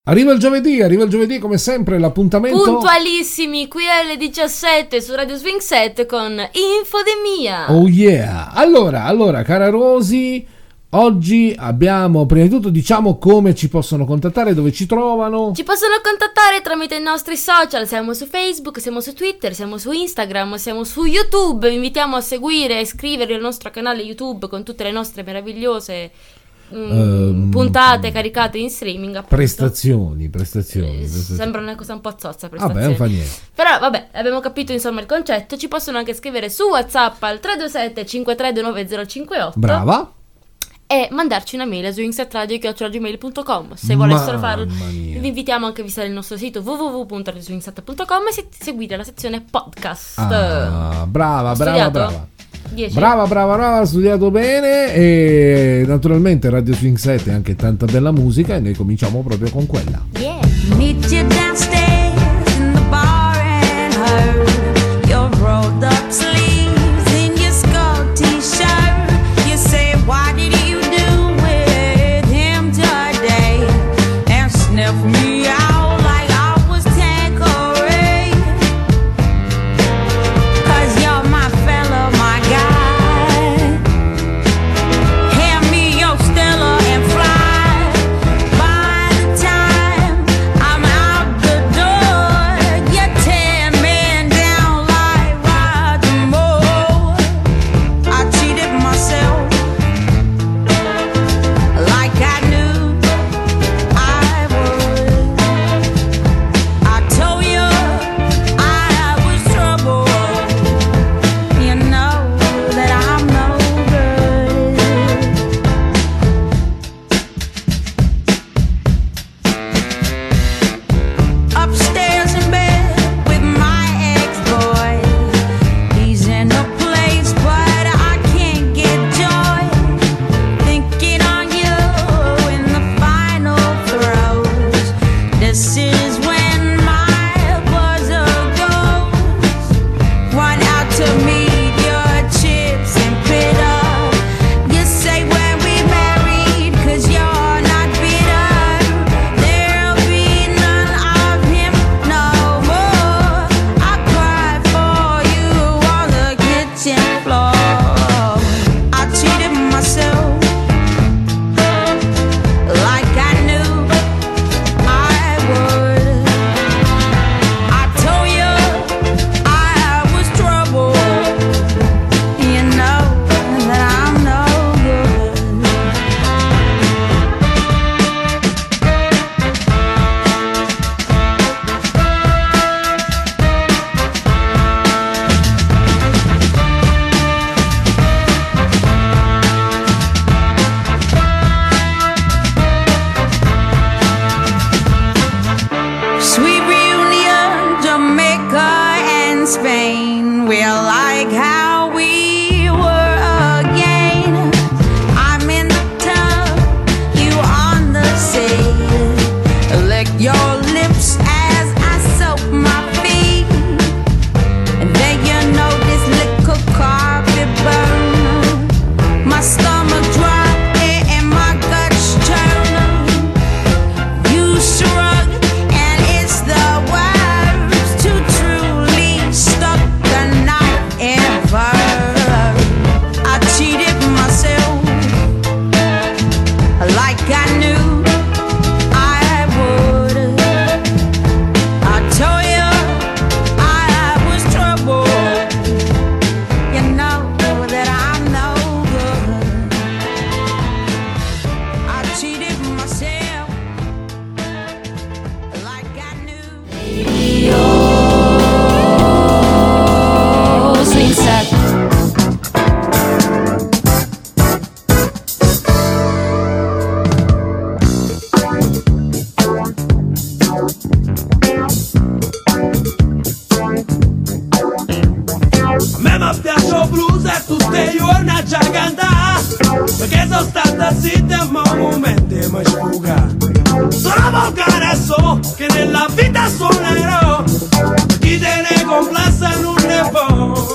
Arriva il giovedì come sempre l'appuntamento puntualissimi qui alle 17 su Radio Swing Set con Infodemia. Oh yeah. Allora cara Rosy, oggi abbiamo, prima di tutto diciamo come ci possono contattare, dove ci trovano. Ci possono contattare tramite i nostri social, siamo su Facebook, siamo su Twitter, siamo su Instagram, siamo su YouTube. Vi invitiamo a seguire e iscrivervi al nostro canale YouTube con tutte le nostre meravigliose puntate caricate in streaming, appunto. Prestazioni. Sembra una cosa un po' zozza, prestazioni. Vabbè, non fa niente. Però vabbè, abbiamo capito insomma il concetto. Ci possono anche scrivere su WhatsApp al 327 5329 Brava. E mandarci una mail a swingsetradio@gmail.com. Se volessero farlo, vi invitiamo anche a visitare il nostro sito www.radioswingset.com e seguire la sezione podcast. Brava. 10. Brava, studiato bene. E naturalmente Radio Swing Set è anche tanta bella musica, e noi cominciamo proprio con quella. Yeah. Meet you downstairs in the bar and heard your rolled up sleeves in your skull t-shirt. You say, what did you do with him today? And sniff me out like I was Tanqueray. 'Cause you're my fella, my guy. Hand me your Stella and fly. By the time I'm out the door, you're 10 men down like Roger Moore. I cheated myself like I knew I would. I told you I was trouble. You know that I'm no good. Upstairs in bed with my ex-boy. He's in a place, but I can't get joy. Thinking on you in the final throes. This is when my buzzer goes. Run out to meet your chips and pit up. You say when we married, 'cause you're not bitter. There'll be none of him no more. I cried for you on the kitchen floor. I cheated myself like I knew I would. I told you I was trouble. You know that I'm no good. Sweet reunion, Jamaica and Spain. We're like how we were again. I'm in the tub, you on the sea. Lick your lips as I soak my feet. And then you know this little carpet burn. My stomach drop and my guts turn. You shrug and it's the words to truly stuck the knife ever. I cheated myself like I knew I would. I told you I was trouble. You know that I'm no good. I cheated myself like I knew. Swing Set. A me mi piace il blues e tutte le giorni già cantare, perché sono stata zitta ma un momento mi sfuga. Sono volgare so che nella vita suonerò, chi te ne complessa non ne può.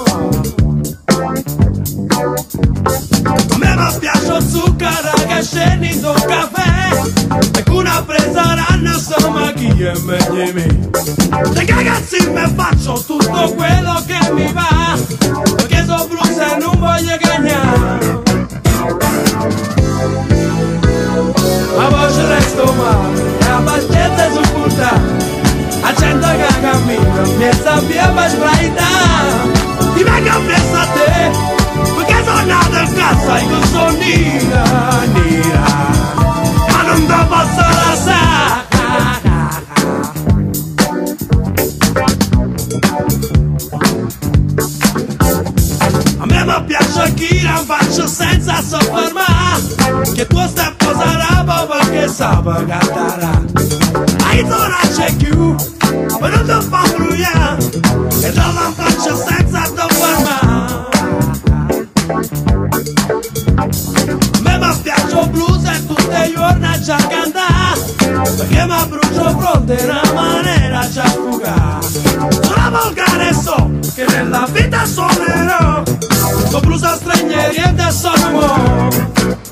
A me mi piace il zucchero che scendi in caffè, e con una presa ranno so meglimi. Se ragazzi me faccio tutto quello che mi va, perché sono brutto e non voglio cagnare. Ma poi ci resto male, la pazienza su puntata, a gente che cammina, mi sta via per sbraitare. Ti vengo a pensare a te, perché sono nato in casa e che sono nera, ma non te posso lasciare. A me mi piace chi la faccio senza soffermare, che tu stai posando perché sape cantare. Ma io non c'è più, ma non ti fa brugliare, e non la faccio senza soffermare. A me mi piace il blues e tutte le giorni a cantare, perché mi brucio fronte in una maniera già fugare. Sono volgare e so che nella vita suonerò, con blues a stranieri e da sono mo'.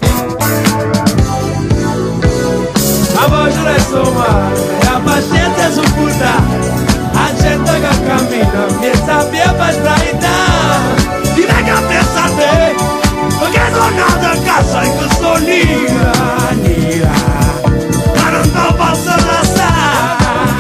Ma poi ci resto male, la pazienza su puntata, a gente che cammina, mi sta via per sbraitare. Ti vengo a pensare a te, perché sono nato a casa e che sono nera, ma non te posso lasciare.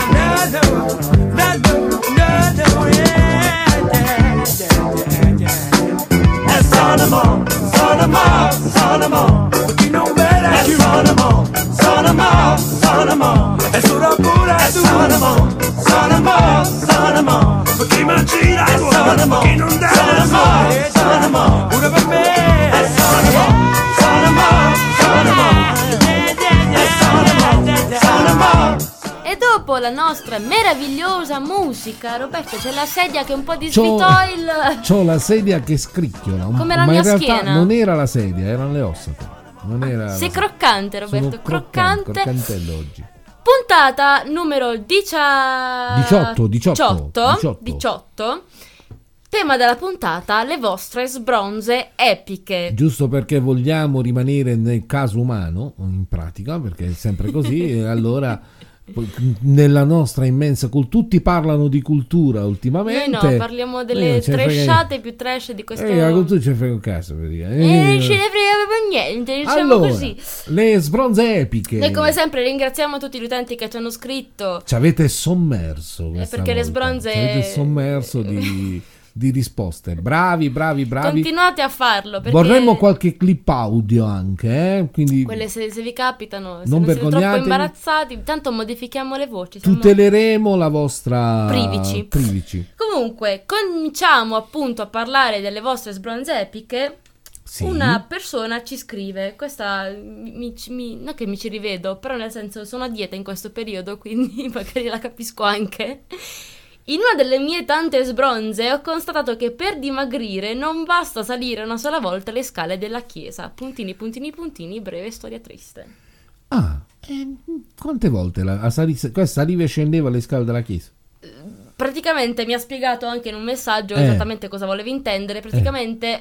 E sono mo', sono mo', sono mo', chi non vede più. Sono mo', sono mo', sono mo', e sono pure tu. Sono mo', sono mo', sono mo', per chi mi gira e sono mo', chi non deve mai. Sono mo', pure per me. E sono mo', sono mo', sono mo', e sono mo'. E dopo la nostra meravigliosa musica, Roberto, c'è la sedia che un po' disvitò il... C'ho la sedia che scricchiola, Come la ma mia in realtà schiena. non era la sedia, erano le ossa. Non era Sei la croccante, sedia. Roberto, Sono croccante. croccantello oggi. Puntata numero 18. 18. Tema della puntata: le vostre sbronze epiche. Giusto perché vogliamo rimanere nel caso umano, in pratica, perché è sempre così, e allora nella nostra immensa cultura, tutti parlano di cultura ultimamente. Noi no, parliamo delle trashate più trash di questo. La cultura ci frega un cazzo, per dire. Non ce ne frega proprio niente, diciamo Allora, così. le sbronze epiche. Noi come sempre ringraziamo tutti gli utenti che ci hanno scritto. Ci avete sommerso questa perché le volta. sbronze- Ci avete sommerso di risposte. Bravi. Continuate a farlo perché Vorremmo qualche clip audio anche, quindi quelle se vi capitano, se non non siete troppo vergognatevi. imbarazzati, tanto modifichiamo le voci. siamo- tuteleremo la vostra Privici. Comunque, cominciamo appunto a parlare delle vostre sbronze epiche. Sì. Una persona ci scrive, questa non che mi ci rivedo, però nel senso sono a dieta in questo periodo, quindi magari la capisco anche. In una delle mie tante sbronze ho constatato che per dimagrire non basta salire una sola volta le scale della chiesa. Puntini, breve storia triste. Quante volte saliva e scendeva le scale della chiesa? Praticamente mi ha spiegato anche in un messaggio esattamente cosa volevi intendere. Praticamente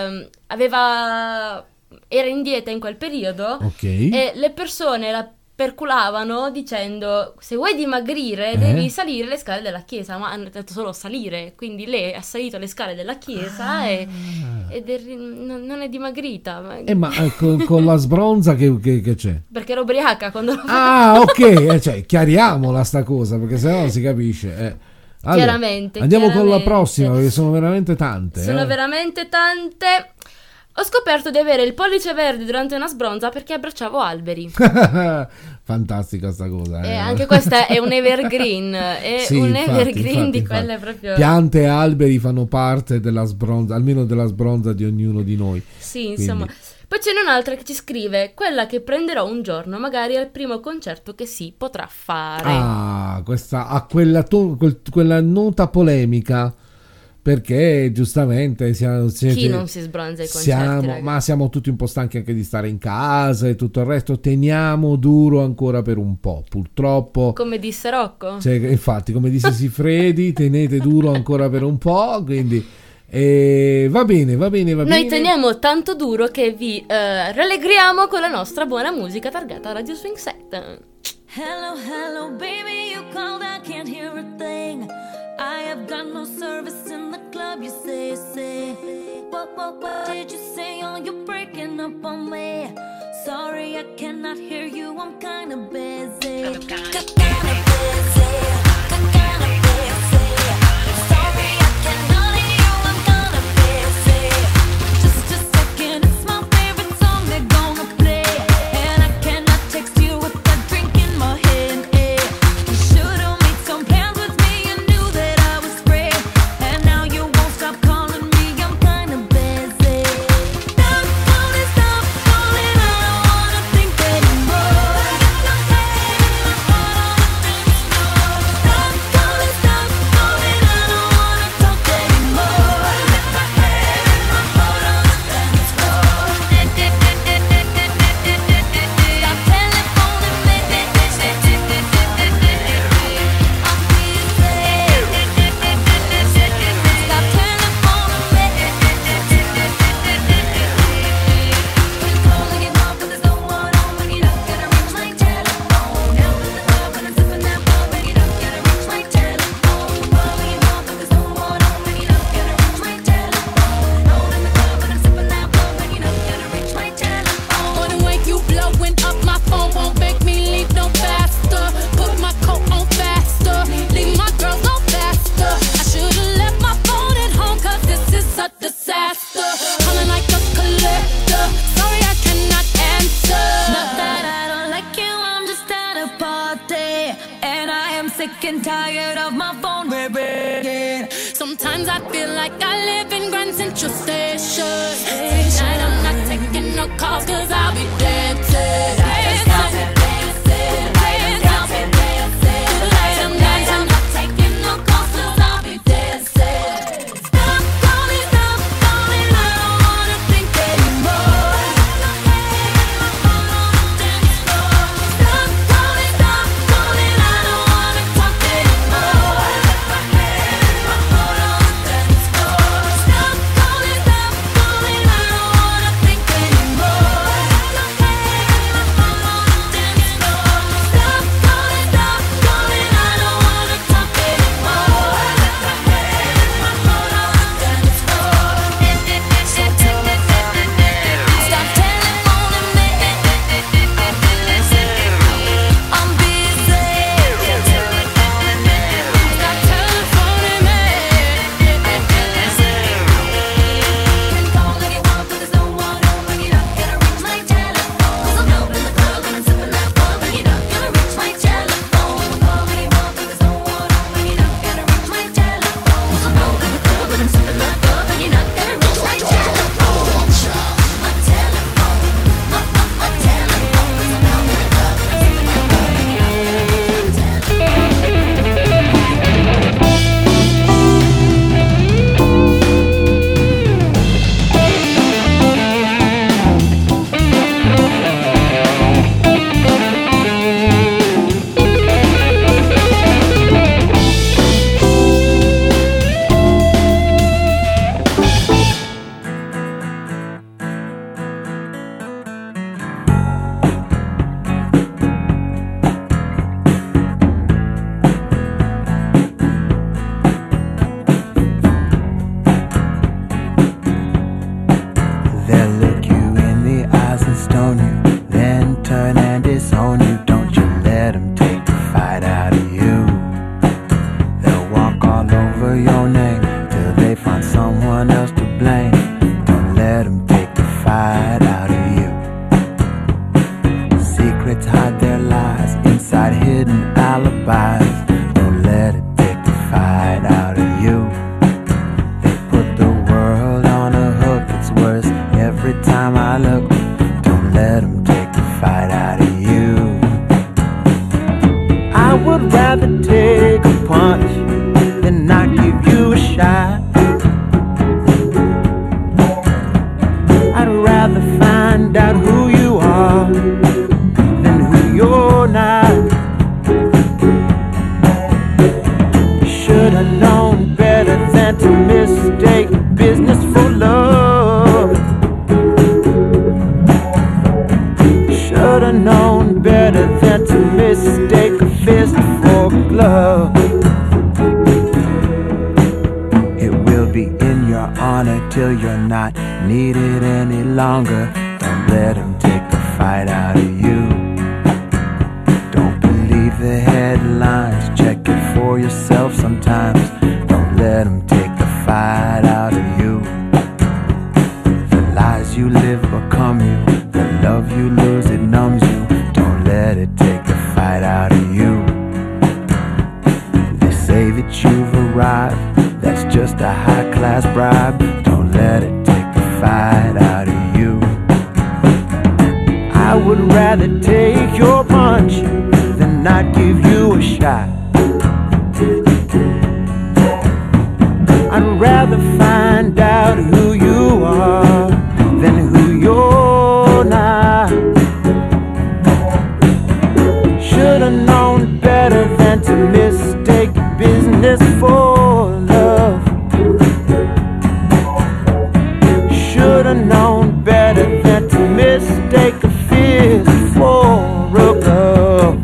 era in dieta in quel periodo, Ok. e le persone la perculavano dicendo: se vuoi dimagrire devi salire le scale della chiesa, ma hanno detto solo salire, quindi lei ha salito le scale della chiesa non è dimagrita. Ma con la sbronza che c'è? Perché era ubriaca quando lo faceva. Ok, cioè chiariamola sta cosa, perché sennò non si capisce. Allora, Chiaramente. andiamo con la prossima, perché sono veramente tante. Sono veramente tante. Ho scoperto di avere il pollice verde durante una sbronza perché abbracciavo alberi. Fantastica sta cosa. E anche questa è un evergreen. È Sì, un infatti, evergreen di infatti. quelle proprio. Piante e alberi fanno parte della sbronza, almeno della sbronza di ognuno di noi. Sì, Quindi- insomma. Poi c'è un'altra che ci scrive: quella che prenderò un giorno, magari al primo concerto che si potrà fare. Questa ha quella nota polemica, perché giustamente Chi non si sbronza ai concerti, raga? ma siamo tutti un po' stanchi anche di stare in casa e tutto il resto. Teniamo duro ancora per un po', purtroppo. Come disse Rocco. Cioè, infatti, come disse Sifredi, tenete duro ancora per un po', quindi va bene. Noi teniamo tanto duro che vi rallegriamo con la nostra buona musica targata Radio Swing Set. Hello, hello, baby, you say. What did you say? Oh, you're breaking up on me. Sorry, I cannot hear you. I'm kinda busy. Kinda busy. Sorry, I cannot hear you. I'm kinda busy. Just a second, it's my favorite song they're gonna play, and I cannot text you with a drink in my hand. You should've made some plans with me. You knew that I was free, and now you won't stop calling me. I'm kinda busy. Stop calling, I don't wanna think anymore. Stop calling, I don't wanna talk anymore. Stop telephoning me. Stop telephoning me. Calling it off, but there's no one on. When you're not gonna reach my telephone. Now in the club and I'm sipping that bug. When you're not gonna reach my telephone. Calling it off, but there's no one on. When you're not gonna reach my telephone. Out in the club and I'm sipping that bug. When you're not gonna reach my telephone. Or the way you blowing up my phone won't make me leave no faster. Put my coat on faster, leave my girl no faster. I should've left my phone at home, cause this is a disaster. Calling like a collector, sorry I cannot answer. Not that I don't like you, I'm just at a party, and I am sick and tired of my phone ringing. Sometimes I feel like I live in Grand Central Station. Tonight I'm not taking no calls, cause I'll be dancing. I'm not taking no calls, 'cause I'll be dancing. Stop calling, I don't wanna think anymore. Stop calling, I don't wanna talk anymore. Stop calling, I don't wanna think anymore. Stop calling, I don't wanna talk anymore. Stop telephoning me. I'm busy. Stop telephoning me. Calling you up, but there's no one on. When you're not gonna reach my telephone. 'Cause I'm out in the club and I'm sipping that bug. When you're not gonna reach my telephone. Calling you up, but there's no one on. When you're not gonna reach my telephone. 'Cause I'm out in the club and I'm sipping that bug. When you're not gonna reach my telephone. My telephone. My telephone. 'Cause I'm out in the club and I'm sipping that bug. When you're not gonna reach my They'll look you in the eyes and stone you, then turn and disown you. Don't you let them take the fight out of you. They'll walk all over your name till they find someone else to blame. Don't let them take the fight out of you. Secrets hide their lies inside hidden alibis. Don't let it take the fight out of you. They put the world on a hook, it's worse every time I look. Don't let them take the fight out of you. I would rather take a punch than not give you a shot. I'd rather find out who you are than who you're not. Should have known better than to mistake business for love. Should have known better than to mistake a fist for a glove. It will be in you're not needed any longer. Don't let him take the fight out of you. Don't believe the headlines, check it for yourself sometimes. Don't let him take the fight out of you. The lies you live become you. The love you lose, it numbs you. Don't let it take the fight out of you. They say that you've arrived, that's just a high-class bribe. Don't let it take the fight out of you. I would rather take your punch than not give you a shot. I'd rather find out who you are than who you're not. Should've known better than to mistake business for love. Should've known better than to mistake a fist for a glove.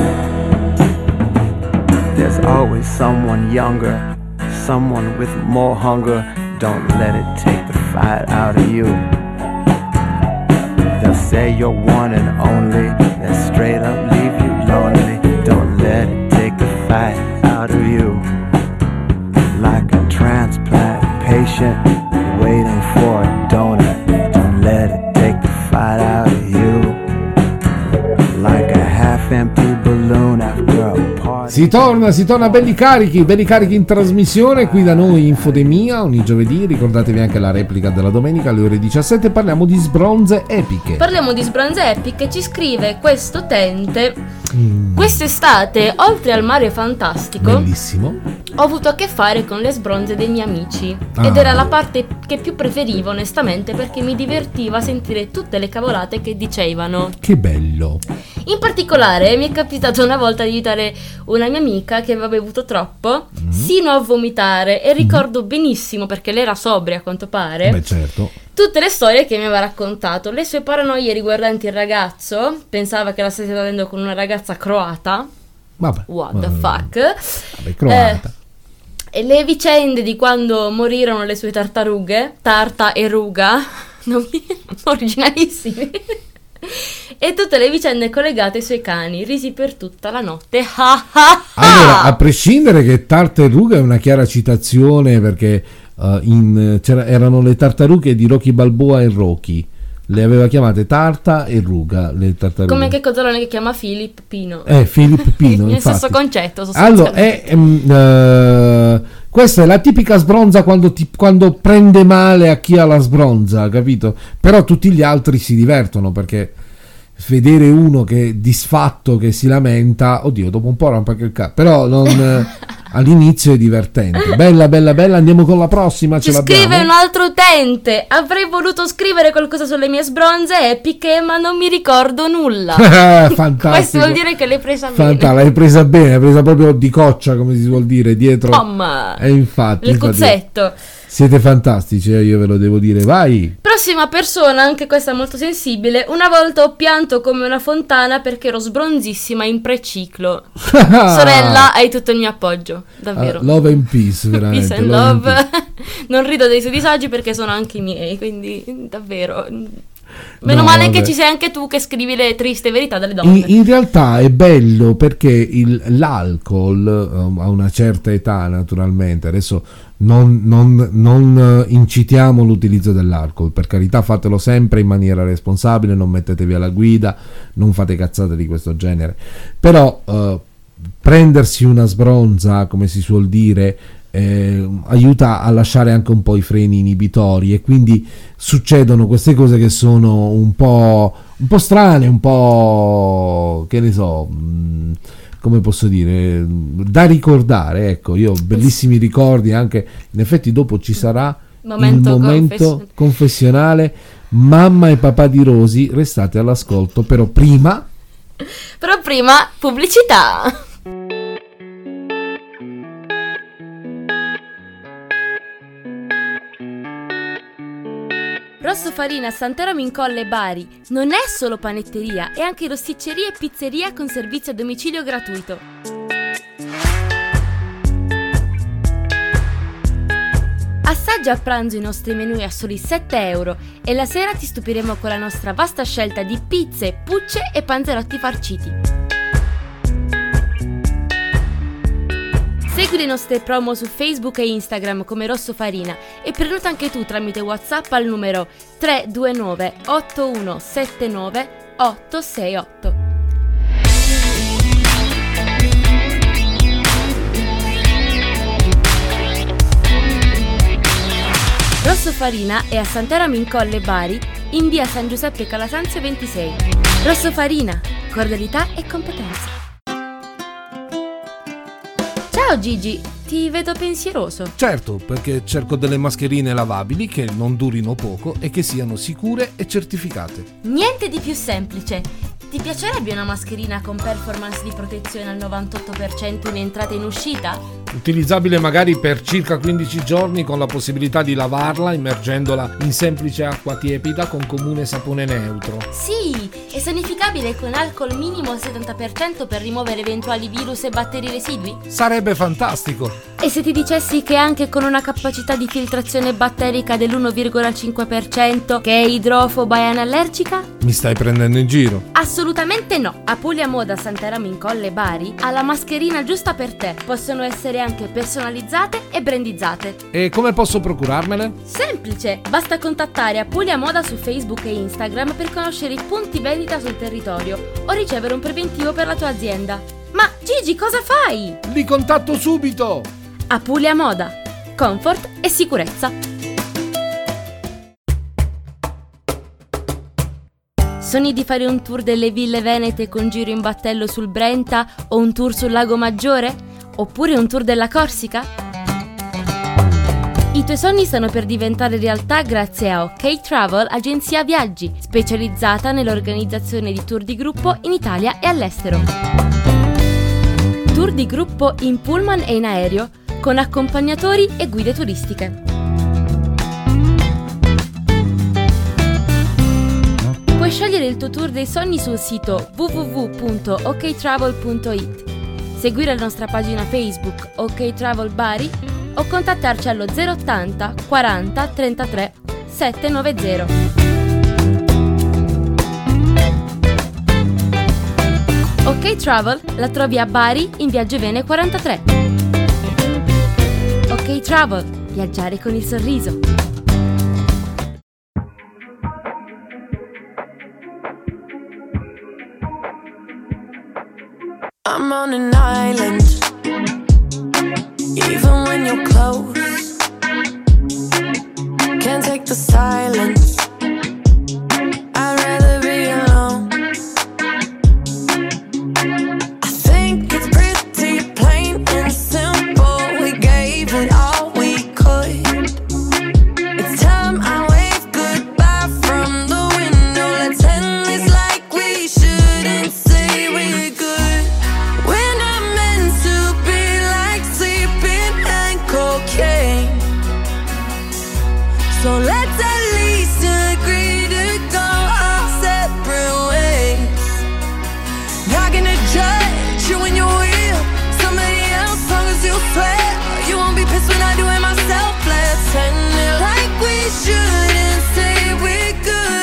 There's always someone younger, someone with more hunger. Don't let it take the fight out of you. They'll say you're one and only, then straight up leave you lonely. Don't let it take the fight out of you. Like a transplant patient waiting for a donor. Don't let it take the fight out of you. Like a half-empty balloon after a party. Si torna belli carichi in trasmissione qui da noi Infodemia ogni giovedì. Ricordatevi anche la replica della domenica alle ore 17. Parliamo di sbronze epiche. Ci scrive questo utente. Quest'estate, oltre al mare fantastico, Bellissimo. ho avuto a che fare con le sbronze dei miei amici. Ed era la parte che più preferivo, onestamente, perché mi divertiva sentire tutte le cavolate che dicevano. Che bello. In particolare mi è capitato una volta di aiutare una mia amica che aveva bevuto troppo sino a vomitare, e ricordo benissimo, perché lei era sobria a quanto pare, Beh, certo. tutte le storie che mi aveva raccontato. Le sue paranoie riguardanti il ragazzo, pensava che la stesse avendo con una ragazza croata. Vabbè. What the fuck. Vabbè, croata. E le vicende di quando morirono le sue tartarughe, Tarta e Ruga, nomi originalissimi. E tutte le vicende collegate ai suoi cani, risi per tutta la notte. Allora, a prescindere che Tartaruga è una chiara citazione, perché erano le tartarughe di Rocky Balboa e Rocky. Le aveva chiamate Tarta e Ruga, le tartarughe. Come che Cozzolone che chiama Philip Pino. Philip Pino, Nel infatti. stesso concetto, Allora, sostanzialmente. questa è la tipica sbronza quando prende male a chi ha la sbronza, capito? Però tutti gli altri si divertono, perché vedere uno che disfatto che si lamenta, oddio, dopo un po' rompe anche il cazzo, però non all'inizio è divertente. Bella, andiamo con la prossima. Ci scrive un altro utente: avrei voluto scrivere qualcosa sulle mie sbronze epiche, ma non mi ricordo nulla. Fantastico. Questo vuol dire che l'hai presa bene. L'hai presa bene, l'hai presa proprio di coccia, come si vuol dire, dietro. Tom, infatti, il cuzzetto. Siete fantastici, io ve lo devo dire. Vai. Prossima persona, anche questa molto sensibile. Una volta ho pianto come una fontana perché ero sbronzissima in preciclo. Sorella, hai tutto il mio appoggio, davvero. Love and peace, veramente. Peace and love. Non rido dei suoi disagi perché sono anche i miei, quindi davvero. Meno male che ci sei anche tu che scrivi le triste verità delle donne. In realtà è bello perché l'alcol a una certa età, naturalmente, adesso non incitiamo l'utilizzo dell'alcol, per carità, fatelo sempre in maniera responsabile, non mettetevi alla guida, non fate cazzate di questo genere, però prendersi una sbronza, come si suol dire, aiuta a lasciare anche un po' i freni inibitori, e quindi succedono queste cose che sono un po' strane, un po', che ne so, come posso dire, da ricordare. Ecco, io ho bellissimi ricordi, anche in effetti dopo ci sarà il momento confessionale. Mamma e papà di Rosy, restate all'ascolto, però prima pubblicità. Rosso Farina Sant'Eramo in Colle Bari non è solo panetteria, è anche rosticceria e pizzeria con servizio a domicilio gratuito. Assaggia a pranzo i nostri menù a soli 7 euro e la sera ti stupiremo con la nostra vasta scelta di pizze, pucce e panzerotti farciti. Segui le nostre promo su Facebook e Instagram come Rosso Farina e prenota anche tu tramite WhatsApp al numero 329 8179 868. Rosso Farina è a Sant'Eramo in Colle Bari, in via San Giuseppe Calasanzio 26. Rosso Farina, cordialità e competenza. Ciao Gigi, ti vedo pensieroso. Certo, perché cerco delle mascherine lavabili che non durino poco e che siano sicure e certificate. Niente di più semplice. Ti piacerebbe una mascherina con performance di protezione al 98% in entrata e in uscita? Utilizzabile magari per circa 15 giorni con la possibilità di lavarla immergendola in semplice acqua tiepida con comune sapone neutro. Sì, e sanificabile con alcol minimo al 70% per rimuovere eventuali virus e batteri residui? Sarebbe fantastico! E se ti dicessi che anche con una capacità di filtrazione batterica dell'1,5% che è idrofoba e anallergica? Mi stai prendendo in giro? Assolutamente no! Apulia Moda Sant'Eramo in Colle Bari ha la mascherina giusta per te. Possono essere anche personalizzate e brandizzate. E come posso procurarmele? Semplice! Basta contattare Apulia Moda su Facebook e Instagram per conoscere i punti vendita sul territorio o ricevere un preventivo per la tua azienda. Ma Gigi, cosa fai? Li contatto subito! Apulia Moda, comfort e sicurezza. Sogni di fare un tour delle ville venete con giro in battello sul Brenta o un tour sul Lago Maggiore? Oppure un tour della Corsica? I tuoi sogni stanno per diventare realtà grazie a OK Travel, agenzia viaggi, specializzata nell'organizzazione di tour di gruppo in Italia e all'estero. Tour di gruppo in pullman e in aereo, con accompagnatori e guide turistiche. Puoi scegliere il tuo tour dei sogni sul sito www.oktravel.it, seguire la nostra pagina Facebook OK Travel Bari o contattarci allo 080 40 33 790. OK Travel la trovi a Bari in via Giovene 43. OK Travel, viaggiare con il sorriso. I'm on an island, even when you're close. Can't take the silence, I'd rather be alone. I think it's pretty plain and simple, we gave it all we could. It's time I wave goodbye from the window. Let's end this like we shouldn't say we're good. We're not meant to be like sleeping and cocaine, so let's at least agree to go our separate ways. Not gonna judge you when you're with somebody else, long as you swear you won't be pissed when I do it myself. Let's end it like we shouldn't say we're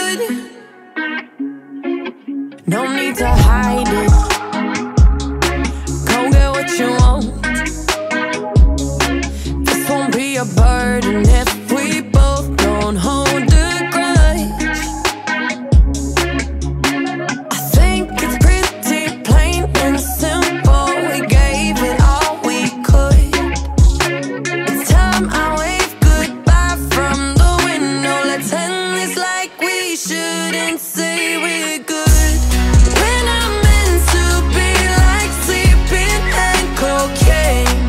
good. No need to hide it, go get what you want. This won't be a burden if we both don't hold a grudge. I think it's pretty plain and simple, we gave it all we could. It's time I wave goodbye from the window. Let's end this like we shouldn't say we're good. We're not meant to be like sleeping and cocaine,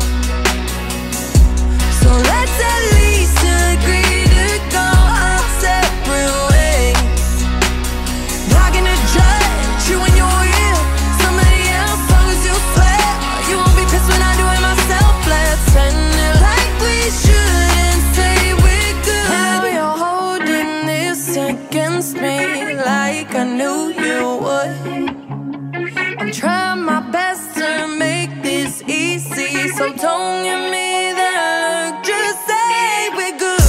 so let's at least agree to go our separate ways. Not gonna judge you when you're with somebody else, long as you swear you won't be pissed when I do it myself. Let's end it like we shouldn't say we're good. Now you're holding this against me like I knew you would. I'm trying my best to make this easy, so don't give me that look, just say we're good.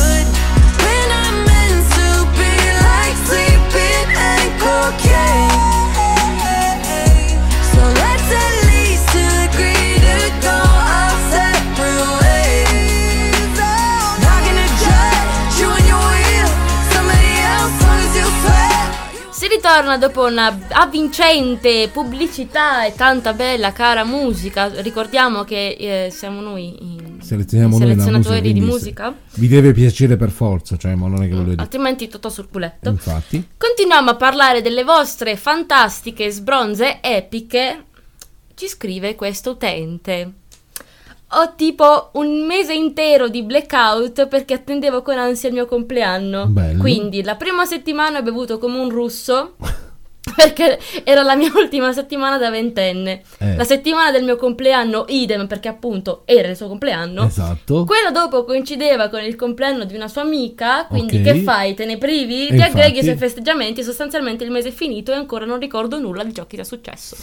ritorna dopo una avvincente pubblicità e tanta bella cara musica. Ricordiamo che siamo noi Selezioniamo i noi la selezionatori musica, di quindi musica. vi deve piacere per forza, cioè, ma non è che voglio dire. Altrimenti tutto sul culetto. Infatti. Continuiamo a parlare delle vostre fantastiche sbronze epiche. Ci scrive questo utente: ho tipo un mese intero di blackout perché attendevo con ansia il mio compleanno. Bello. Quindi la prima settimana ho bevuto come un russo perché era la mia ultima settimana da ventenne. La settimana del mio compleanno idem, perché appunto era il suo compleanno. Esatto. Quella dopo coincideva con il compleanno di una sua amica, quindi Ok. che fai? Te ne privi? E Ti aggreghi ai infatti. suoi festeggiamenti, sostanzialmente il mese è finito e ancora non ricordo nulla di ciò che sia successo.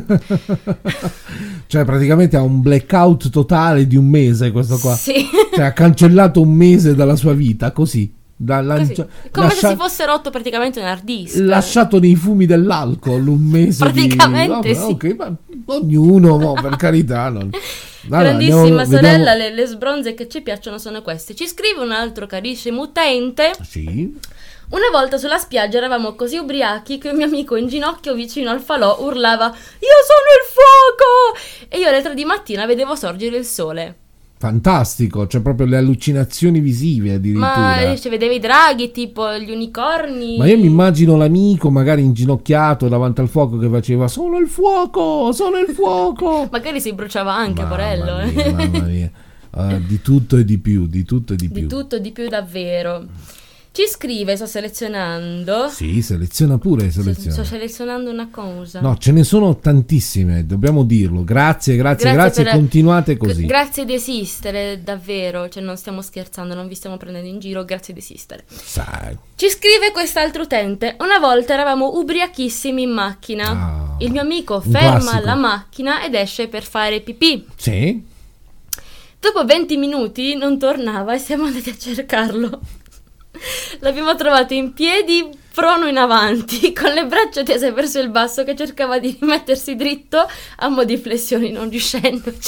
Cioè praticamente ha un blackout totale di un mese questo qua. Sì. Cioè ha cancellato un mese dalla sua vita, così. Così. Come se si fosse rotto praticamente un hard disk. lasciato nei fumi dell'alcol un mese Praticamente di... sì. ok, ma ognuno, mo, per carità. Non... Allora, Grandissima andiamo- sorella, vediamo- le sbronze che ci piacciono sono queste. Ci scrive un altro carissimo utente: Sì. una volta sulla spiaggia eravamo così ubriachi che un mio amico in ginocchio vicino al falò urlava: io sono il fuoco! E io alle 3 di mattina vedevo sorgere il sole. Fantastico, cioè proprio le allucinazioni visive addirittura. Ma ci vedevi i draghi, tipo gli unicorni. Ma io mi immagino l'amico magari inginocchiato davanti al fuoco che faceva sono il fuoco, sono il fuoco. Magari si bruciava anche, Mamma porello. mia, mamma mia. Di tutto e di più, di tutto e di più. Di tutto, di più davvero. Ci scrive, sto selezionando. Sì, seleziona pure, Sto seleziona. selezionando una cosa. No, ce ne sono tantissime, dobbiamo dirlo. Grazie, per- continuate così. Grazie di esistere, davvero. Cioè, non stiamo scherzando, non vi stiamo prendendo in giro. Grazie di esistere. Sai. Ci scrive quest'altro utente: una volta eravamo ubriachissimi in macchina. Ah, Il mio amico un ferma classico. la macchina ed esce per fare pipì. Sì? Dopo 20 minuti non tornava e siamo andati a cercarlo. L'abbiamo trovato in piedi, prono in avanti, con le braccia tese verso il basso, che cercava di rimettersi dritto a mo' di flessioni, non riuscendoci.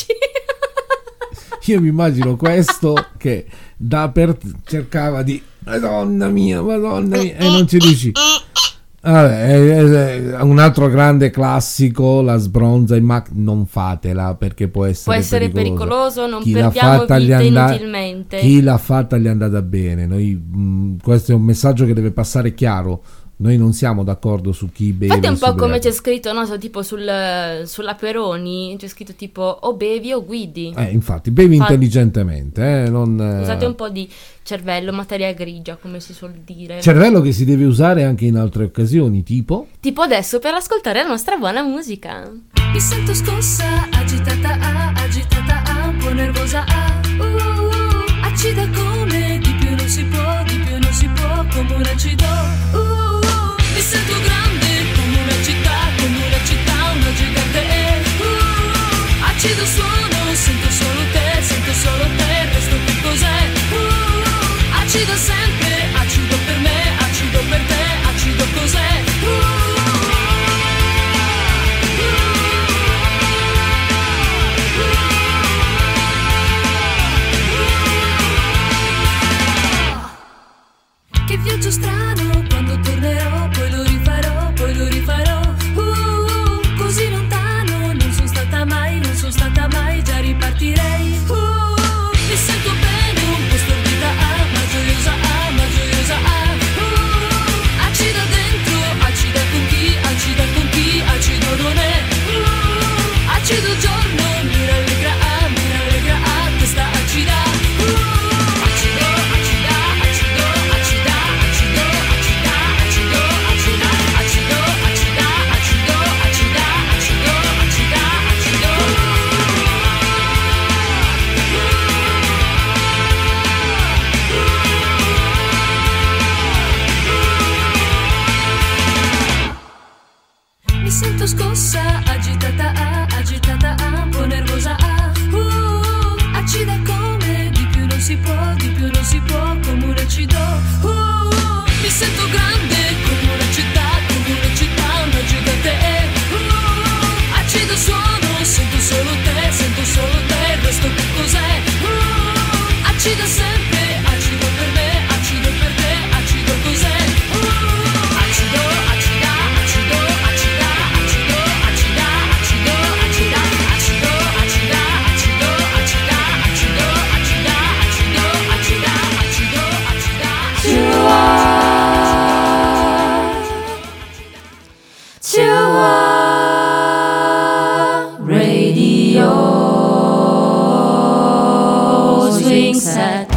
Io mi immagino questo che cercava di Madonna mia, e non ci riuscì. Vabbè, è un altro grande classico, la sbronza in macchina. Non fatela perché può essere pericoloso, non Chi l'ha perdiamo fatta vite gli anda- inutilmente. Chi l'ha fatta gli è andata bene. Questo è un messaggio che deve passare chiaro. Noi non siamo d'accordo su chi beve. Infatti è un e po' su come beve. c'è scritto, no? Tipo sulla Peroni c'è scritto tipo o bevi o guidi. Infatti, bevi Infatti. intelligentemente, non, Usate un po' di cervello, materia grigia, come si suol dire. cervello che si deve usare anche in altre occasioni, tipo Tipo adesso per ascoltare la nostra buona musica. Mi sento scossa, agitata, un po' nervosa, acida come di più non si può, come un acido. Mi sento grande come una città, una gigante. Acido suono, sento solo te, resto che cos'è? Acido sempre, acido per me, acido per te, acido cos'è? said.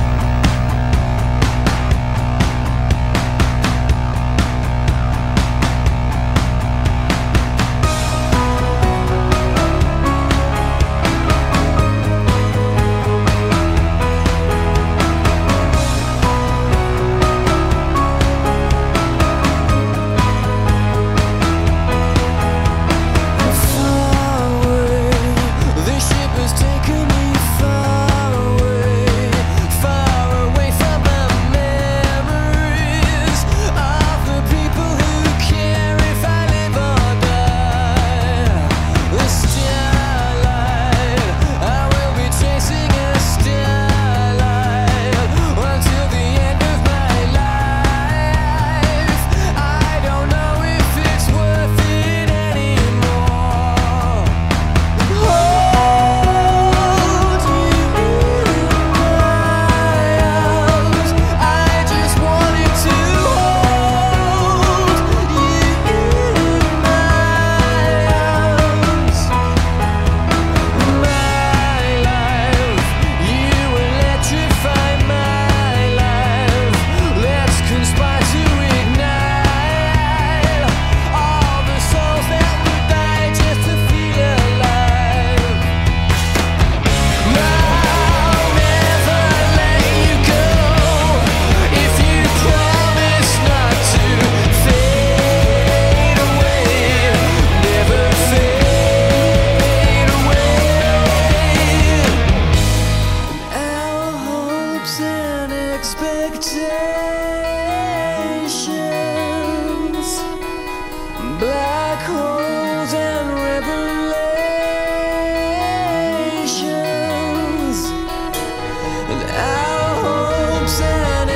This ship has taken me far away, far away from the memories of the people who care if I live or die. The starlight, I will be chasing a starlight until the end of my life. I don't know if it's worth it anymore. Hold you in my arms. I just wanted to hold you in my arms. My life, you electrify my life. Let's conspire to ignite all the souls that would die just to feel alive. I'll never let you go if you promise not to fade away, never fade away. Our hopes and expectations, black holes and revelations. And our hopes and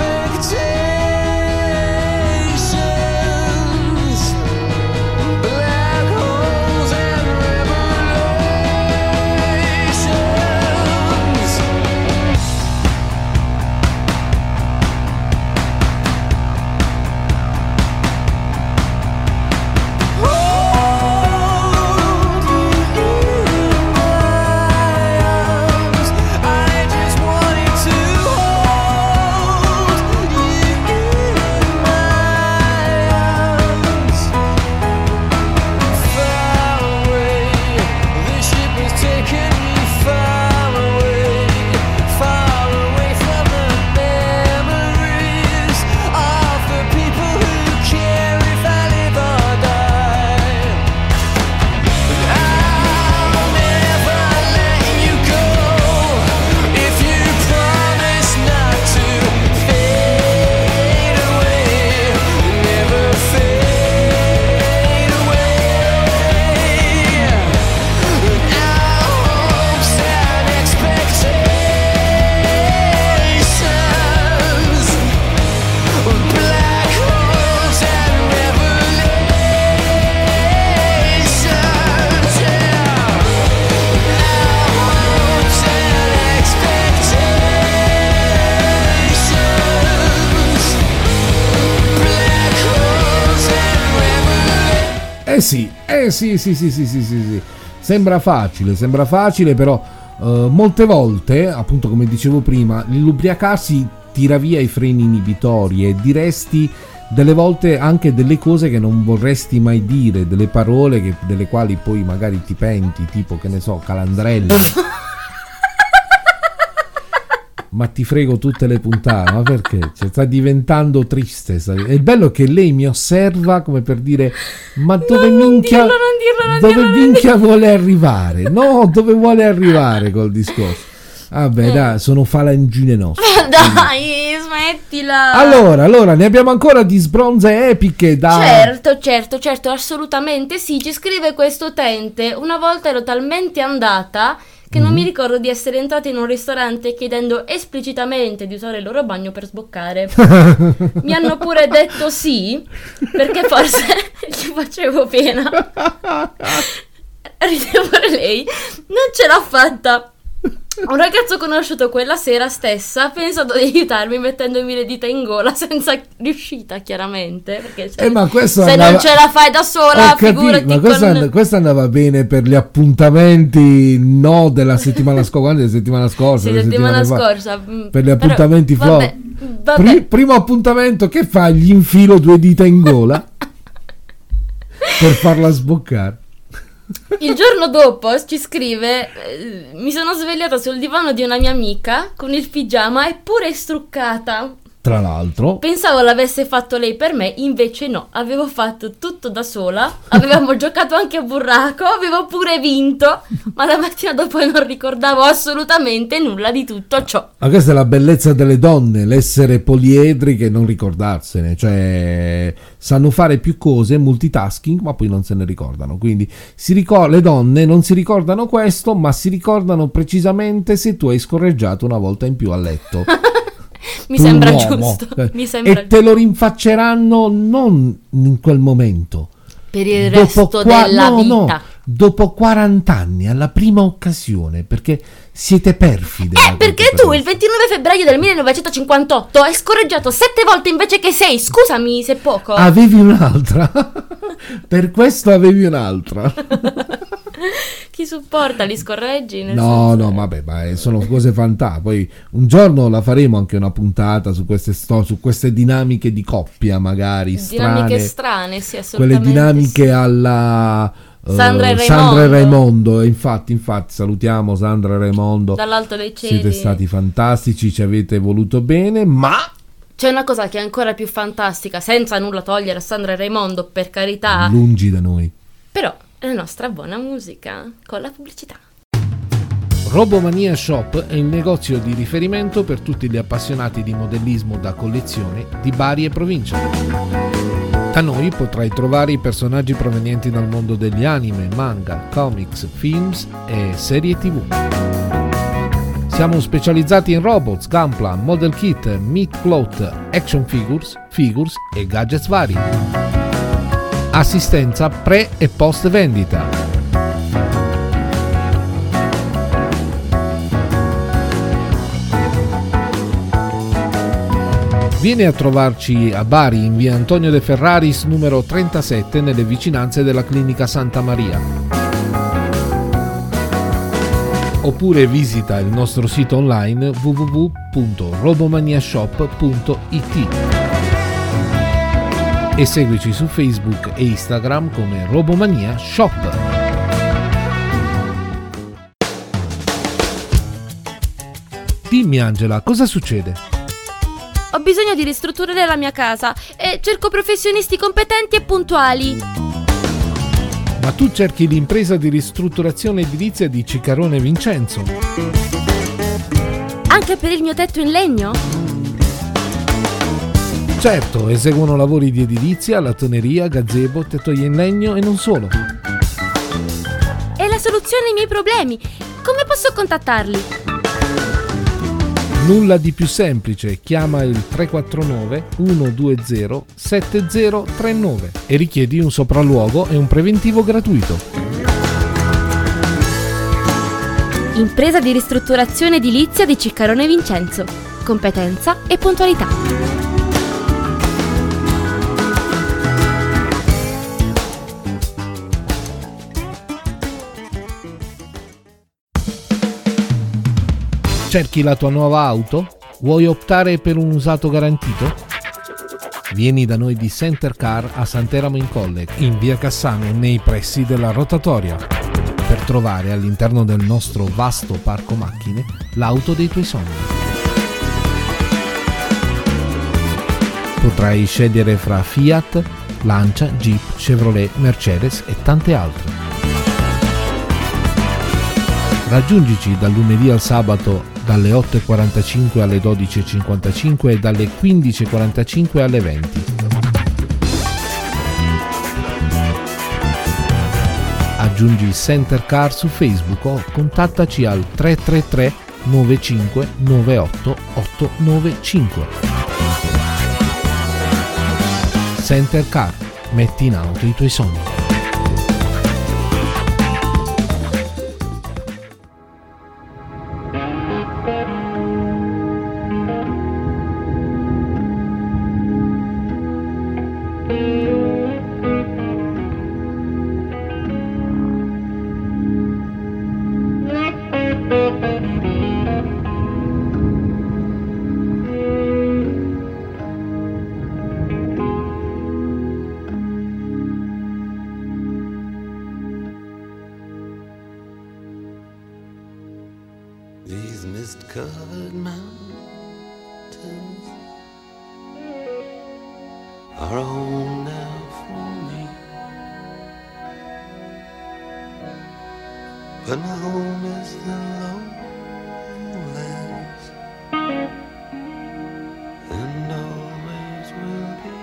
expectations, black holes and revelations. Hold you in my arms. I just wanted to hold you in my arms. Far away, this ship has taken me far away from the memories of the people who care if I live or die. I'll never let you go if you promise not to fade away, never fade away. Our hopes and expectations, black holes and revelations. Our hopes and expectations, black holes and revelations. Sì. Sembra facile, però molte volte, appunto come dicevo prima, l'ubriacarsi tira via i freni inibitori e diresti delle volte anche delle cose che non vorresti mai dire, delle parole delle quali poi magari ti penti, tipo, che ne so, calandrello. Ma ti frego tutte le puntate, ma perché? Cioè, sta diventando triste. È bello che lei mi osserva come per dire: ma dove minchia vuole arrivare? No, dove vuole arrivare col discorso? Vabbè, dai, sono falangine nostre. Dai, smettila. Allora, ne abbiamo ancora di sbronze epiche da... Certo, assolutamente sì. Ci scrive questo utente: una volta ero talmente andata che non mi ricordo di essere entrata in un ristorante chiedendo esplicitamente di usare il loro bagno per sboccare. Mi hanno pure detto sì, perché forse gli facevo pena. Ride pure lei, non ce l'ha fatta. Un ragazzo conosciuto quella sera stessa ha pensato di aiutarmi mettendomi le dita in gola senza riuscita, chiaramente, perché Ma questo se non ce la fai da sola, Ho capito, figurati ma con... questo andava bene per gli appuntamenti della settimana scorsa, quando è la settimana scorsa? Sì, delle settimana settimane fa? scorsa. Per gli appuntamenti Però, vabbè, Primo appuntamento, che fa? Gli infilo 2 dita in gola per farla sboccare. Il giorno dopo ci scrive: mi sono svegliata sul divano di una mia amica con il pigiama eppure struccata. Tra l'altro, Pensavo l'avesse fatto lei per me, invece no, avevo fatto tutto da sola, avevamo giocato anche a burraco, avevo pure vinto, ma la mattina dopo non ricordavo assolutamente nulla di tutto ciò. ma questa è la bellezza delle donne, l'essere poliedriche e non ricordarsene, cioè sanno fare più cose, multitasking, ma poi non se ne ricordano. Quindi le donne non si ricordano questo, ma si ricordano precisamente se tu hai scorreggiato una volta in più a letto. Mi Tu sembra uomo. giusto, mi sembra E te lo rinfacceranno non in quel momento, per il resto della vita. dopo 40 anni, alla prima occasione, perché siete perfide. Perché tu il 29 febbraio del 1958 hai scorreggiato 7 volte invece che 6, scusami se è poco. Avevi un'altra. Per questo avevi un'altra. Chi supporta gli scorreggi? Nel No, senso- no, vabbè, ma sono cose fantastiche. Poi un giorno la faremo anche una puntata su queste dinamiche di coppia, magari Dinamiche strane. strane, sì, Quelle assolutamente. dinamiche alla Sandra e Sandra e Raimondo. Raimondo. E infatti salutiamo Sandra e Raimondo. Dall'alto dei cieli. Siete stati fantastici, ci avete voluto bene, ma C'è una cosa che è ancora più fantastica, senza nulla togliere a Sandra e Raimondo, per carità, lungi da noi. però la nostra buona musica con la pubblicità. Robomania Shop è il negozio di riferimento per tutti gli appassionati di modellismo da collezione di Bari e provincia. Da noi potrai trovare i personaggi provenienti dal mondo degli anime, manga, comics, films e serie TV. Siamo specializzati in robots, gunpla, model kit, meat cloth, action figures e gadgets vari. Assistenza pre e post vendita. Vieni a trovarci a Bari in via Antonio De Ferraris numero 37 nelle vicinanze della clinica Santa Maria. Oppure visita il nostro sito online www.robomaniashop.it e seguici su Facebook e Instagram come Robomania Shop. Dimmi Angela, cosa succede? Ho bisogno di ristrutturare la mia casa e cerco professionisti competenti e puntuali. Ma tu cerchi l'impresa di ristrutturazione edilizia di Ciccarone Vincenzo. Anche per il mio tetto in legno? Certo, eseguono lavori di edilizia, lattoneria, gazebo, tettoie in legno e non solo. È la soluzione ai miei problemi. Come posso contattarli? Nulla di più semplice, chiama il 349 120 7039 e richiedi un sopralluogo e un preventivo gratuito. Impresa di ristrutturazione edilizia di Ciccarone Vincenzo. Competenza e puntualità. Cerchi la tua nuova auto? Vuoi optare per un usato garantito? Vieni da noi di Center Car a Sant'Eramo in Colle, in via Cassano, nei pressi della rotatoria, per trovare all'interno del nostro vasto parco macchine l'auto dei tuoi sogni. Potrai scegliere fra Fiat, Lancia, Jeep, Chevrolet, Mercedes e tante altre. Raggiungici dal lunedì al sabato dalle 8.45 alle 12.55 e dalle 15.45 alle 20. Aggiungi Center Car su Facebook o contattaci al 333 95 98 895. Center Car, metti in auto i tuoi sogni. These mist-covered mountains are a home now for me, but my home is the lowlands, and always will be.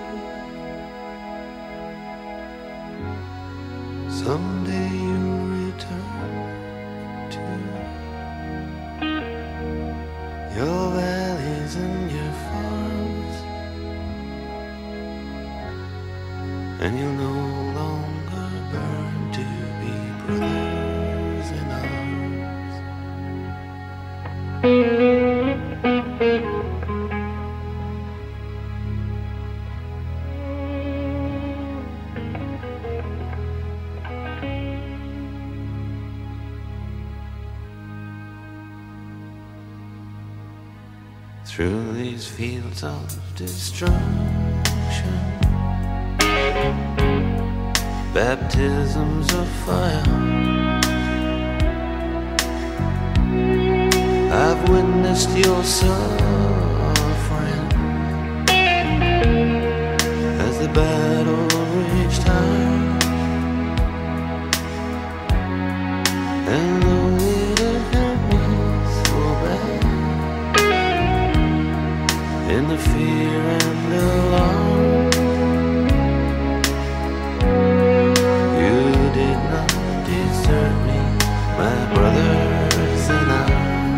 Someday you'll return to your valleys and your farms, and you'll no longer burn to be brothers in arms. Through these fields of destruction, baptisms of fire, I've witnessed your suffering as the battle raged high, and though it hurt me so bad, in the fear and alarm, you did not desert me, my brothers in arms.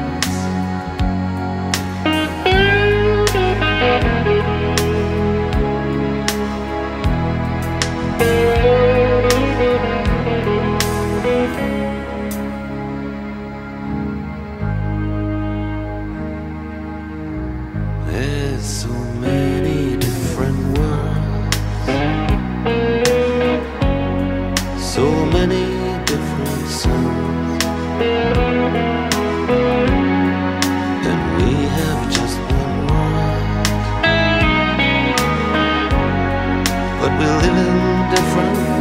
There's so many different worlds, so many different suns, and we have just one world, but we live in different ones.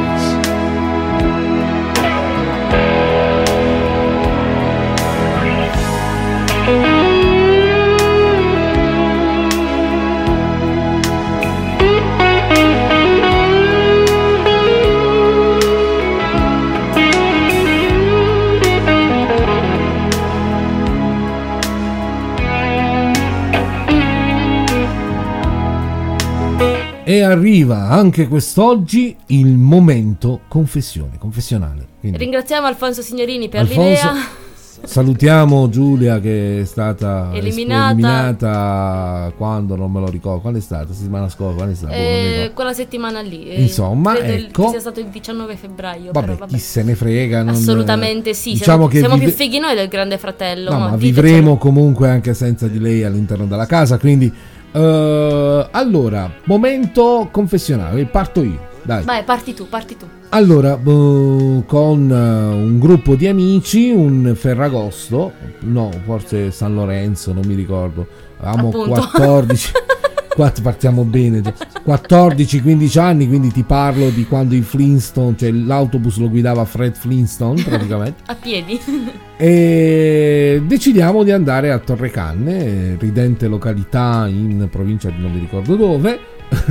E arriva anche quest'oggi il momento confessionale. Quindi, Ringraziamo Alfonso Signorini per Alfonso, l'idea. salutiamo Giulia che è stata Eliminata. quando, non me lo ricordo, quando è stata? Settimana scorsa, quando è stata? Non mi ricordo. Quella settimana lì. Insomma, credo ecco. che sia stato il 19 febbraio. Vabbè, però vabbè. chi se ne frega. Assolutamente sì. Diciamo che siamo più fighi noi del Grande Fratello. No, ma ditecelo. vivremo comunque anche senza di lei all'interno della casa, quindi allora, momento confessionale, parto io, dai. Vai, parti tu. Allora, con un gruppo di amici, un Ferragosto, no, forse San Lorenzo, non mi ricordo, avevamo Appunto. 14, partiamo bene, 14-15 anni, quindi ti parlo di quando i Flintstone, cioè l'autobus lo guidava Fred Flintstone praticamente. A piedi. E decidiamo di andare a Torrecanne, ridente località in provincia di non mi ricordo dove,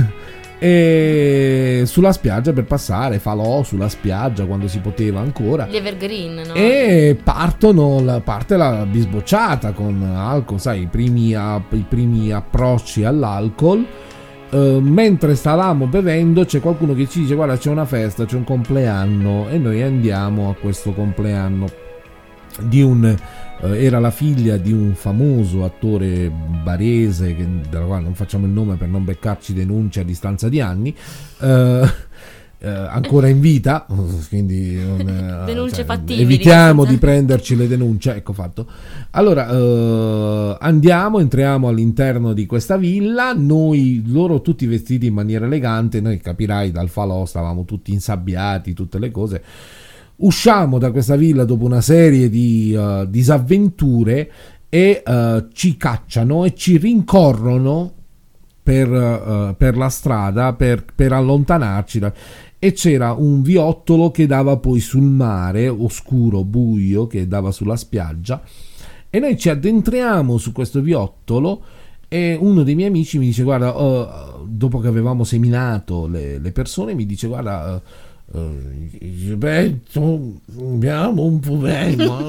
e sulla spiaggia per passare, falò sulla spiaggia quando si poteva ancora. Gli evergreen, no? E parte la bisbocciata con alcol, sai, i primi approcci all'alcol. Mentre stavamo bevendo c'è qualcuno che ci dice: guarda, c'è una festa, c'è un compleanno, e noi andiamo a questo compleanno di era la figlia di un famoso attore barese della quale non facciamo il nome per non beccarci denunce a distanza di anni, ancora in vita, quindi denunce fattibili, evitiamo di prenderci le denunce, ecco fatto. Allora entriamo all'interno di questa villa, loro tutti vestiti in maniera elegante, noi capirai dal falò stavamo tutti insabbiati, tutte le cose. Usciamo da questa villa dopo una serie di disavventure e ci cacciano e ci rincorrono per la strada per allontanarci e c'era un viottolo che dava poi sul mare oscuro, buio, che dava sulla spiaggia, E noi ci addentriamo su questo viottolo e uno dei miei amici mi dice: guarda, dopo che avevamo seminato le persone, mi dice: guarda, Gilberto, abbiamo un problema.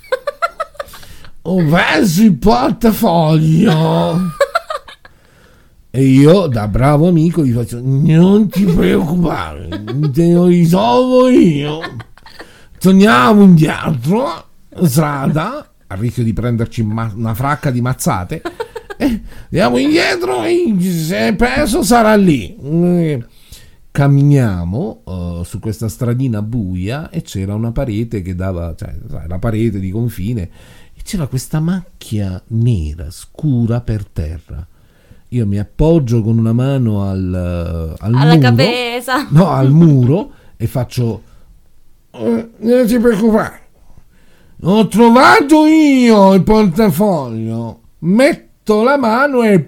Ho perso il portafoglio. E io, da bravo amico, gli faccio: non ti preoccupare, te lo risolvo io. Torniamo indietro strada, a rischio di prenderci una fracca di mazzate, e andiamo indietro e se è perso sarà lì. Camminiamo su questa stradina buia e c'era una parete che dava, cioè la parete di confine, e c'era questa macchia nera scura per terra. Io mi appoggio con una mano al alla muro, cabeza. no, al muro, e faccio: non ti preoccupare, ho trovato io il portafoglio. Metto la mano e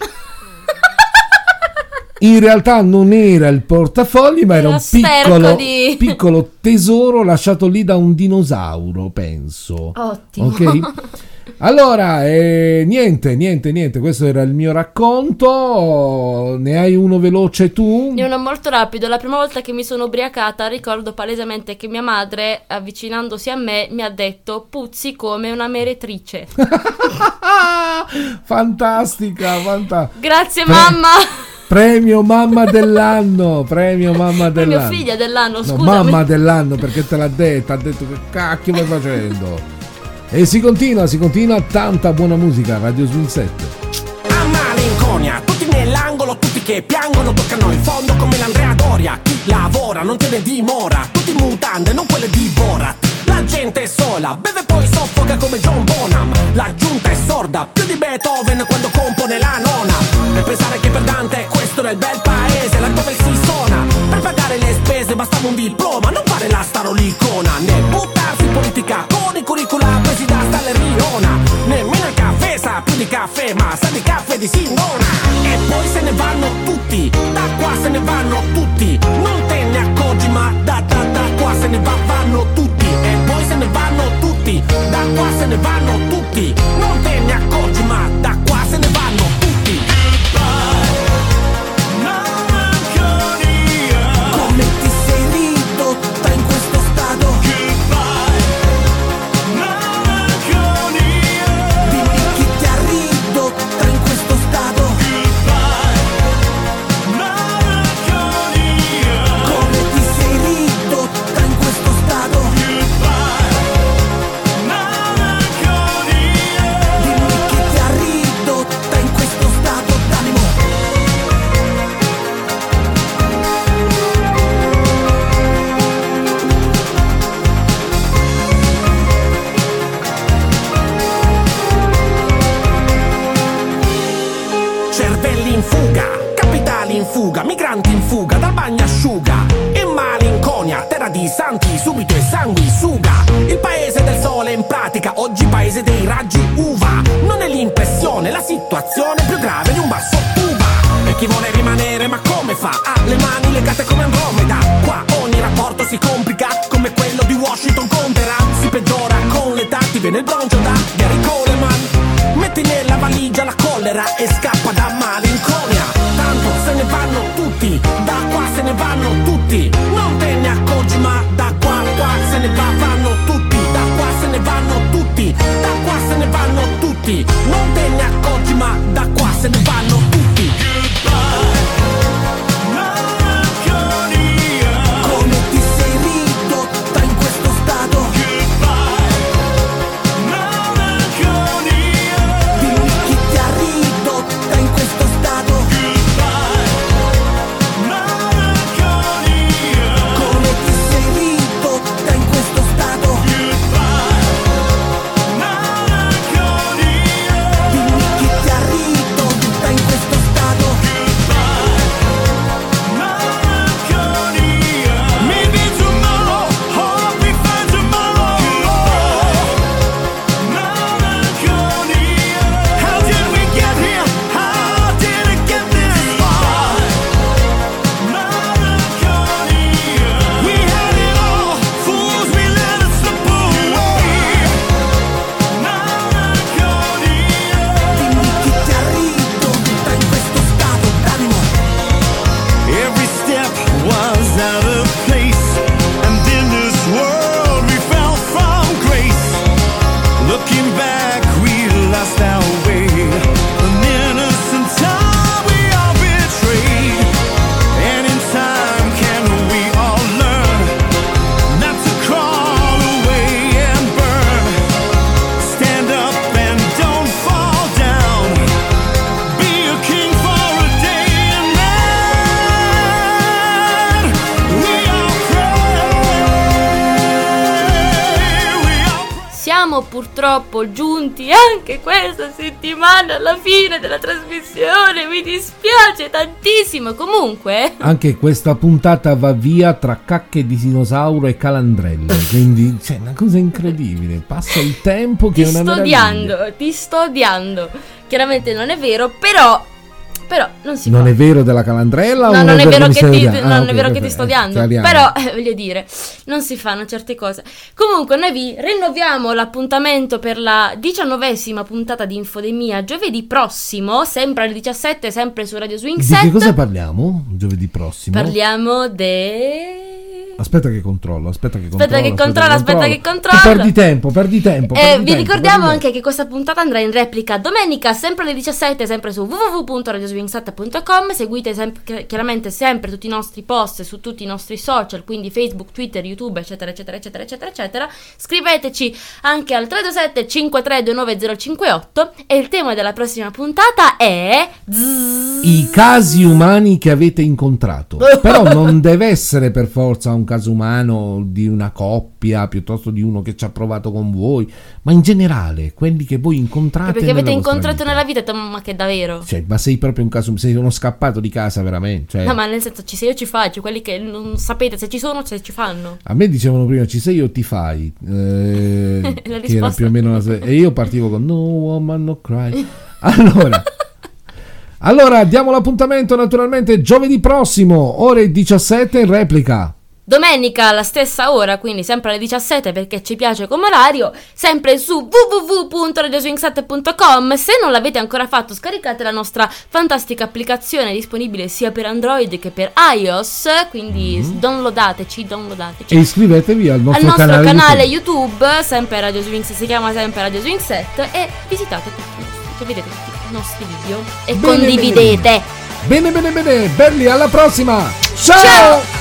in realtà non era il portafoglio, ma era un piccolo tesoro lasciato lì da un dinosauro, penso. Ottimo. Ok? Allora, niente, questo era il mio racconto. Ne hai uno veloce tu? Ne uno molto rapido. La prima volta che mi sono ubriacata ricordo palesemente che mia madre, avvicinandosi a me, mi ha detto: puzzi come una meretrice. Fantastica. Grazie mamma. Premio mamma dell'anno. Premio figlia dell'anno, No, scusami. mamma dell'anno, perché te l'ha detto, ha detto: che cacchio vai facendo? E si continua, tanta buona musica, Radio Swing 7. A malinconia, tutti nell'angolo, tutti che piangono, toccano il fondo come l'Andrea Doria. Chi lavora non tiene dimora, tutti in mutande, non quelle di Borat. La gente è sola, beve poi soffoca come John Bonham. La giunta è sorda, più di Beethoven quando compone la nona. E pensare che per Dante questo era il bel paese, laddove si suona. Per pagare le spese bastava un diploma, non fare la starolicona. Né buttarsi in politica con i curricula presi da Staleriona. Nemmeno il caffè sa più di caffè, ma sa di caffè di Sindona. E poi se ne vanno tutti, da qua se ne vanno tutti. Non te ne accorgi ma da qua se ne vanno tutti. E poi se ne vanno tutti, da qua se ne vanno tutti. Non te ne accorgi ma da qua se ne vanno tutti. Come ti sei ridotta in questo stato? Dimmi chi ti ha ridotta in questo stato. Come ti sei ridotta in questo stato? Dimmi chi ti ha ridotta in questo stato d'animo. Cervelli in fuga, capitali in fuga, migranti in fuga, dal bagnasciuga. E malinconia, terra di santi, subito e sanguisuga. Il paese del sole in pratica, oggi paese dei raggi uva. Non è l'impressione, la situazione più grave di un basso tuba. E chi vuole rimanere ma come fa? Ha le mani legate come Andromeda. Qua ogni rapporto si complica, come quello di Washington con Teheran. Si peggiora con l'età, ti viene il broncio da Gary Coleman. Metti nella valigia la collera e scappa da malinconia. Tanto se ne vanno tutti, da qua se ne vanno tutti. Non te ne accorgi ma da qua se ne vanno tutti. Da qua se ne vanno tutti, da qua se ne vanno tutti. Non te ne accorgi ma da qua se ne vanno tutti. Come ti sei ridotta in questo stato? Dimmi chi ti ha ridotta in questo stato. Come ti sei ridotta in questo stato? Dimmi chi ti ha ridotta in siamo purtroppo giunti anche questa settimana alla fine della trasmissione, mi dispiace tantissimo. Comunque Anche questa puntata va via tra cacche di dinosauro e calandrelle, quindi c'è una cosa incredibile, passa il tempo che è una meraviglia. ti sto odiando. Chiaramente non è vero, però non si Non fa. è vero della calandrella? No, o non è vero mi che stai ti, odiando? non ok, è vero che ti perfetto, sto odiando. chiariamo. Però, voglio dire, non si fanno certe cose. Comunque, noi vi rinnoviamo l'appuntamento per la 19ª puntata di Infodemia giovedì prossimo, sempre alle 17, sempre su Radio Swing Di 7. che cosa parliamo giovedì prossimo? Parliamo de... Aspetta che controllo. Aspetta che controllo. Tu perdi tempo. Vi ricordiamo anche che questa puntata andrà in replica domenica, sempre alle 17, sempre su www.radioswing7.com. Seguite chiaramente sempre tutti i nostri post su tutti i nostri social, quindi Facebook, Twitter, YouTube, eccetera, eccetera, eccetera, eccetera, eccetera. Scriveteci anche al 327 5329 058 e il tema della prossima puntata è... I casi umani che avete incontrato. Però non deve essere per forza un caso umano di una coppia piuttosto di uno che ci ha provato con voi, ma in generale quelli che voi incontrate Perché avete nella vostra incontrato vita. nella vita, ma che davvero? Cioè, ma sei proprio un caso, sei uno scappato di casa veramente, cioè, No, ma nel senso, ci sei o ci faccio, quelli che non sapete se ci sono, se ci fanno. a me dicevano prima ci sei o ti fai, che era risposta. più o meno e io partivo con no woman no cry. Allora diamo l'appuntamento naturalmente giovedì prossimo ore 17 in replica. Domenica alla stessa ora, quindi sempre alle 17 perché ci piace come orario, sempre su www.radioswing7.com. Se non l'avete ancora fatto, scaricate la nostra fantastica applicazione disponibile sia per Android che per iOS, quindi downloadateci. E iscrivetevi al nostro, canale YouTube, sempre Radio Swing, si chiama sempre Radio Swing 7, e visitate tutti, vedete tutti i nostri video e Bene, condividete. Bene, belli, alla prossima. Ciao!